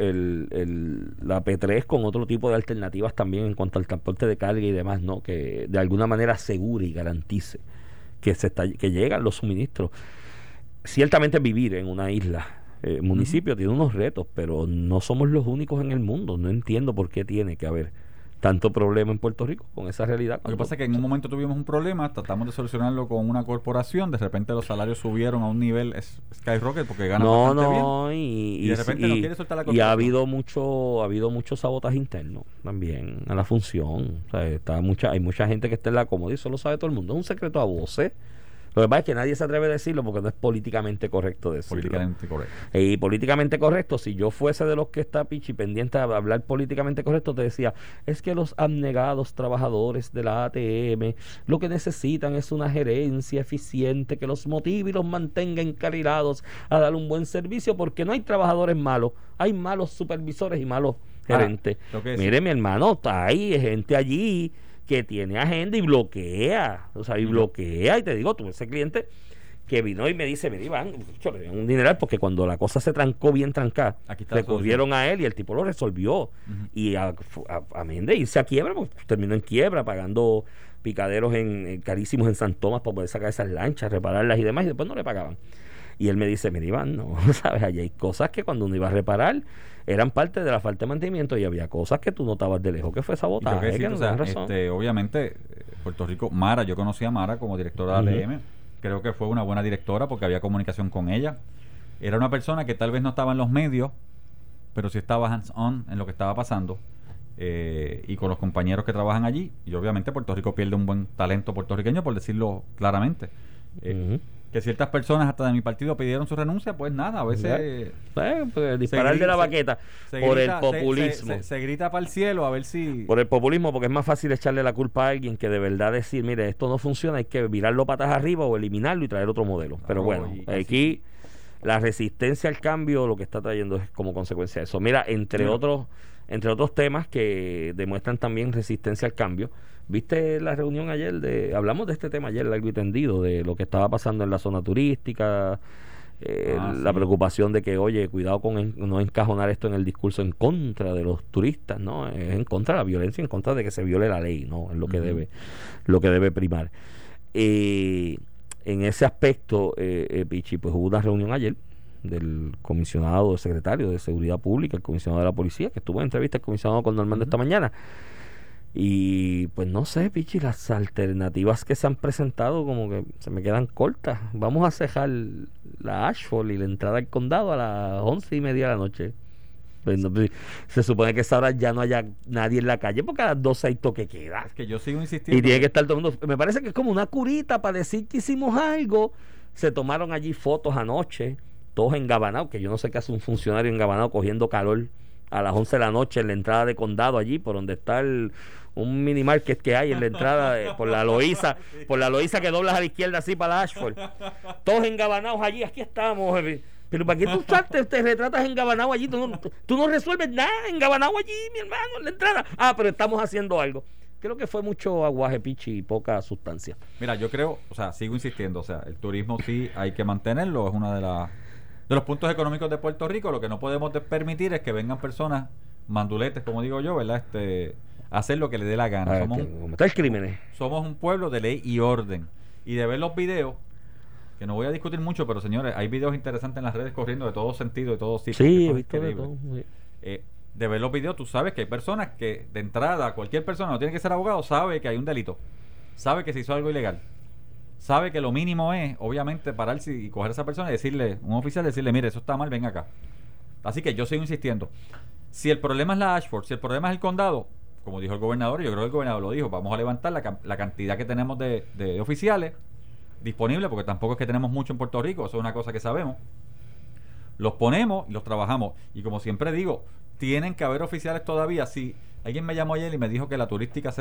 la P3 con otro tipo de alternativas también en cuanto al transporte de carga y demás, ¿no? Que de alguna manera asegure y garantice que llegan los suministros. Ciertamente vivir en una isla, municipio, tiene unos retos, pero no somos los únicos en el mundo. No entiendo por qué tiene que haber tanto problema en Puerto Rico con esa realidad. Lo que pasa es que en un momento tuvimos un problema, tratamos de solucionarlo con una corporación, de repente los salarios subieron a un nivel skyrocket porque ganan bastante bien. Y de repente no quiere soltar la corporación. Y ha habido mucho sabotaje interno también a la función. O sea, hay mucha gente que está en la cómoda y eso lo sabe todo el mundo. Es un secreto a voces. Lo que pasa es que nadie se atreve a decirlo porque no es políticamente correcto decirlo. Políticamente correcto. Y políticamente correcto, si yo fuese de los que está pichi pendiente a hablar políticamente correcto, te decía, es que los abnegados trabajadores de la ATM lo que necesitan es una gerencia eficiente que los motive y los mantenga encarrilados a dar un buen servicio, porque no hay trabajadores malos, hay malos supervisores y malos gerentes. Mire, mi hermano, hay gente allí que tiene agenda y bloquea, y te digo, tú, ese cliente que vino y me dice, mira Iván, yo le di un dineral porque cuando la cosa se trancó bien trancada, recurrieron a él y el tipo lo resolvió. Y a de irse a quiebra, pues terminó en quiebra pagando picaderos carísimos en San Tomás para poder sacar esas lanchas, repararlas y demás, y después no le pagaban. Y él me dice, mira Iván, no, sabes, allá hay cosas que cuando uno iba a reparar eran parte de la falta de mantenimiento y había cosas que tú notabas de lejos que fue sabotaje. Que sí, obviamente, Puerto Rico, Mara, yo conocí a Mara como directora de ADM, creo que fue una buena directora porque había comunicación con ella. Era una persona que tal vez no estaba en los medios, pero sí estaba hands-on en lo que estaba pasando. Y con los compañeros que trabajan allí, y obviamente Puerto Rico pierde un buen talento puertorriqueño, por decirlo claramente. Que ciertas personas hasta de mi partido pidieron su renuncia, pues nada, a veces pues disparar de la baqueta por el populismo. Se grita para el cielo a ver si... Por el populismo, porque es más fácil echarle la culpa a alguien que de verdad decir, mire, esto no funciona, hay que virarlo patas arriba o eliminarlo y traer otro modelo. Claro, pero bueno, aquí la resistencia al cambio lo que está trayendo es como consecuencia de eso. Mira, entre otros temas que demuestran también resistencia al cambio, ¿viste la reunión ayer? Hablamos de este tema ayer, largo y tendido, de lo que estaba pasando en la zona turística, la preocupación de que, oye, cuidado con no encajonar esto en el discurso en contra de los turistas, ¿no? Es en contra de la violencia, en contra de que se viole la ley, ¿no? Es lo que debe primar. En ese aspecto, Pichi, pues hubo una reunión ayer del comisionado, del secretario de Seguridad Pública, el comisionado de la policía, que estuvo en entrevista el comisionado con Normando esta mañana. Y pues no sé, Pichi, las alternativas que se han presentado como que se me quedan cortas. Vamos a cejar la Ashford y la entrada al condado a las 11:30 de la noche. Pues no, se supone que a esa hora ya no haya nadie en la calle porque a las 12 hay toque queda. Es que yo sigo insistiendo. Y tiene que estar todo el mundo. Me parece que es como una curita para decir que hicimos algo. Se tomaron allí fotos anoche, todos engabanados, que yo no sé qué hace un funcionario engabanado cogiendo calor a las 11 de la noche en la entrada de condado allí, por donde está un mini market que hay en la entrada por la Loíza que doblas a la izquierda así para la Ashford. Todos engabanados allí, aquí estamos. Pero ¿para qué tú te retratas engabanado allí? Tú no resuelves nada engabanado allí, mi hermano, en la entrada. Pero estamos haciendo algo. Creo que fue mucho aguaje, Pichi, y poca sustancia. Mira, yo creo, sigo insistiendo, el turismo sí hay que mantenerlo, es una de los puntos económicos de Puerto Rico. Lo que no podemos permitir es que vengan personas manduletes, como digo yo, ¿verdad? Hacer lo que le dé la gana. Cometer crímenes. Somos un pueblo de ley y orden. Y de ver los videos, que no voy a discutir mucho, pero señores, hay videos interesantes en las redes corriendo de todo sentido, de todos sitios. Sí, he visto de todo. De ver los videos, tú sabes que hay personas que, de entrada, cualquier persona, no tiene que ser abogado, sabe que hay un delito. Sabe que se hizo algo ilegal. Sabe que lo mínimo es, obviamente, pararse y coger a esa persona y decirle, un oficial, decirle, mire, eso está mal, ven acá. Así que yo sigo insistiendo. Si el problema es la Ashford, si el problema es el condado, como dijo el gobernador, yo creo que el gobernador lo dijo, vamos a levantar la cantidad que tenemos de oficiales disponibles, porque tampoco es que tenemos mucho en Puerto Rico, eso es una cosa que sabemos. Los ponemos y los trabajamos. Y como siempre digo, tienen que haber oficiales todavía. Si alguien me llamó ayer y me dijo que la turística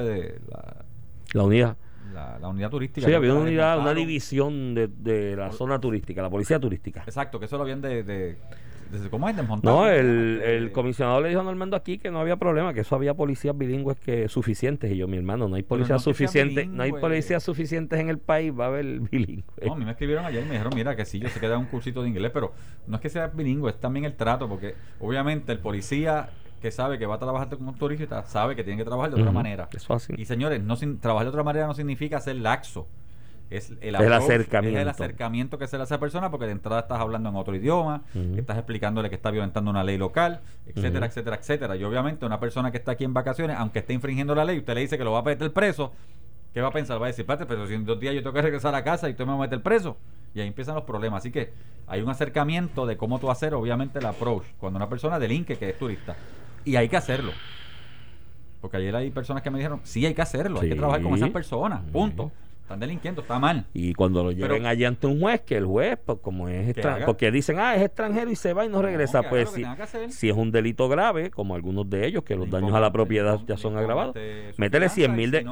la unidad. La unidad turística. Sí, había una unidad, una división de la zona turística, la policía turística. Exacto, que eso lo habían ¿cómo es? Desmontado. No, el comisionado le dijo a Normando aquí que no había problema, que eso había policías bilingües suficientes. Y yo, mi hermano, no hay policías suficientes, no hay policías suficientes en el país, va a haber bilingües. No, a mí me escribieron ayer y me dijeron, mira, que sí, yo sé que da un cursito de inglés, pero no es que sea bilingüe, es también el trato, porque obviamente el policía que sabe que va a trabajar como turista, sabe que tiene que trabajar de otra manera. Es fácil. Y señores, trabajar de otra manera no significa ser laxo. Es el acercamiento. Es el acercamiento que se le hace a esa persona, porque de entrada estás hablando en otro idioma, estás explicándole que está violentando una ley local, etcétera, etcétera, etcétera. Y obviamente una persona que está aquí en vacaciones, aunque esté infringiendo la ley, usted le dice que lo va a meter preso, ¿qué va a pensar? Va a decir, espérate, pero si en 2 días yo tengo que regresar a casa y usted me va a meter preso. Y ahí empiezan los problemas. Así que hay un acercamiento de cómo tú hacer, obviamente, el approach cuando una persona delinque que es turista. Y hay que hacerlo. Porque ayer hay personas que me dijeron, sí, hay que hacerlo, hay que trabajar con esas personas, punto. Están delinquiendo, está mal. Y cuando lo lleven allí ante un juez, que el juez, pues como es porque dicen, es extranjero y se va y no regresa, pues si es un delito grave, como algunos de ellos, que los daños a la propiedad ya son agravados, métele 100,000 de...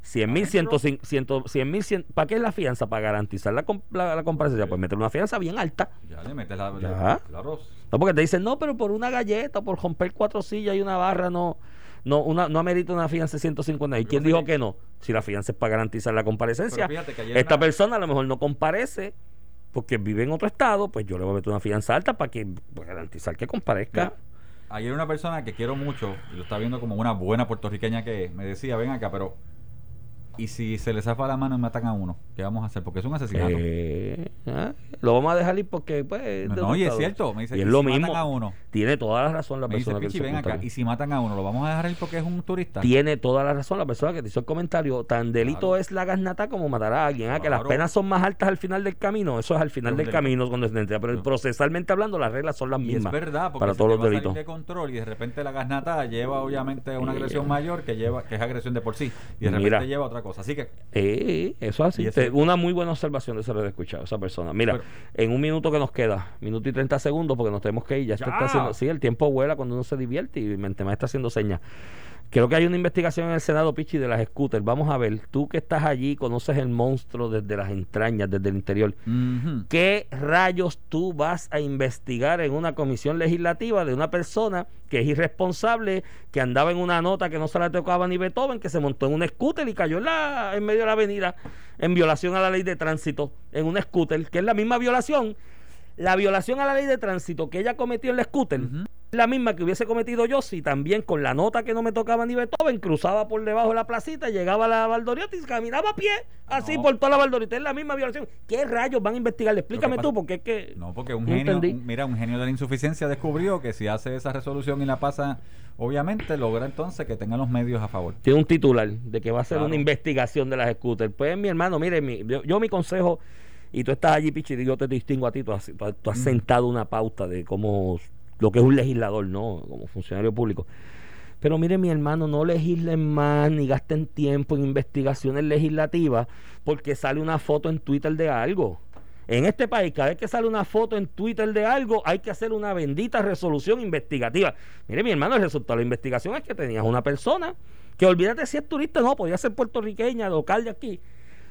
100,000, ¿para qué es la fianza? Para garantizar la comparecencia. Pues meter una fianza bien alta. Ya le metes la arroz. No, porque te dicen, no, pero por una galleta, por romper 4 sillas y una barra, no amerita una fianza de 150. ¿Y quién dijo que no? Si la fianza es para garantizar la comparecencia, esta persona a lo mejor no comparece porque vive en otro estado, pues yo le voy a meter una fianza alta para garantizar que comparezca. Ayer una persona que quiero mucho, y lo está viendo como una buena puertorriqueña que me decía, ven acá, pero ¿y si se le zafa la mano y matan a uno? ¿Qué vamos a hacer? Porque es un asesinato. Lo vamos a dejar ir porque pues no, y es cierto, me dice, y es lo mismo. Matan a uno, tiene toda la razón la persona dice, que ven acá, y si matan a uno, ¿lo vamos a dejar ir porque es un turista? Tiene toda la razón la persona que te hizo el comentario. Tan delito es la gasnata como matar a alguien. Que las penas son más altas al final del camino. Eso es al final del camino cuando se entra. Pero procesalmente hablando, las reglas son las mismas. Es verdad, porque para todos los delitos. De control y de repente la gasnata lleva obviamente una agresión mayor que es agresión de por sí. Y de repente lleva otra cosa. Así que eso es así. Una muy buena observación de ese escuchado esa persona. Mira, en un minuto que nos queda, minuto y 30 segundos, porque nos tenemos que ir. Ya esto está haciendo, sí, el tiempo vuela cuando uno se divierte y Mentemá está haciendo señas. Creo que hay una investigación en el Senado, Pichi, de las scooters. Vamos a ver, tú que estás allí, conoces el monstruo desde las entrañas, desde el interior. ¿Qué rayos tú vas a investigar en una comisión legislativa de una persona que es irresponsable, que andaba en una nota que no se la tocaba ni Beethoven, que se montó en un scooter y cayó en medio de la avenida en violación a la ley de tránsito, en un scooter, que es la misma violación? La violación a la ley de tránsito que ella cometió en el scooter es la misma que hubiese cometido yo si también con la nota que no me tocaba ni Beethoven cruzaba por debajo de la placita, llegaba a la Valdoriotti y caminaba a pie así por toda la Valdoriotti. Es la misma violación. ¿Qué rayos van a investigar? Explícame tú, porque es que no, porque un genio, un genio de la insuficiencia descubrió que si hace esa resolución y la pasa, obviamente logra entonces que tengan los medios a favor. Tiene un titular de que va a hacer una investigación de las scooters. Pues mi hermano, mire, yo mi consejo, y tú estás allí, Pichi, y yo te distingo a ti, tú has sentado una pauta de cómo lo que es un legislador, ¿no? Como funcionario público. Pero mire, mi hermano, no legislen más ni gasten tiempo en investigaciones legislativas porque sale una foto en Twitter de algo. En este país, cada vez que sale una foto en Twitter de algo, hay que hacer una bendita resolución investigativa. Mire, mi hermano, el resultado de la investigación es que tenías una persona que, olvídate si es turista, no, podía ser puertorriqueña, local de aquí.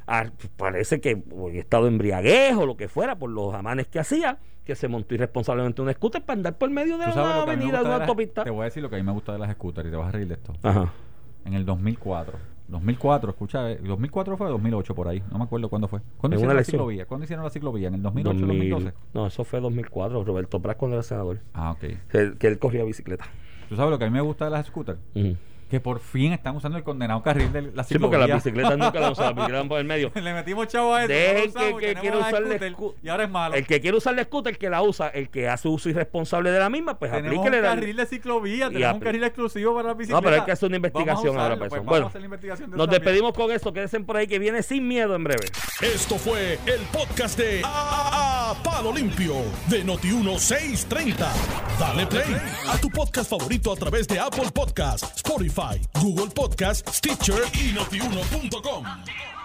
Parece que había estado embriaguez o lo que fuera por los amanes que hacía, que se montó irresponsablemente un scooter para andar por medio de una avenida, de una autopista. Te voy a decir lo que a mí me gusta de las scooters y te vas a reír de esto. Ajá. En el 2004, escucha, 2004 fue 2008 por ahí, no me acuerdo cuándo fue. ¿Cuándo hicieron la ciclovía? ¿En el 2008 2012? No, eso fue 2004, Roberto Pras cuando era senador. Ok. Que él corría bicicleta. ¿Tú sabes lo que a mí me gusta de las scooters? Que por fin están usando el condenado carril de la ciclovía. Sí, porque las bicicletas nunca las usan, las bicicletas por el medio. Le metimos chavo a eso. Dejen que quiere usar el scooter y ahora es malo. El que quiere usar el scooter, el que la usa, el que hace uso irresponsable de la misma, pues tenemos aplíquele. Tenemos un carril de ciclovía, tenemos un carril exclusivo para las bicicletas. No, pero hay que hacer una investigación ahora, pues, bueno, a hacer la investigación nos despedimos con eso. Quédense por ahí que viene Sin Miedo en breve. Esto fue el podcast de Palo Limpio de Noti1630. Dale play a tu podcast favorito a través de Apple Podcasts, Spotify, Google Podcasts, Stitcher y Notiuno.com.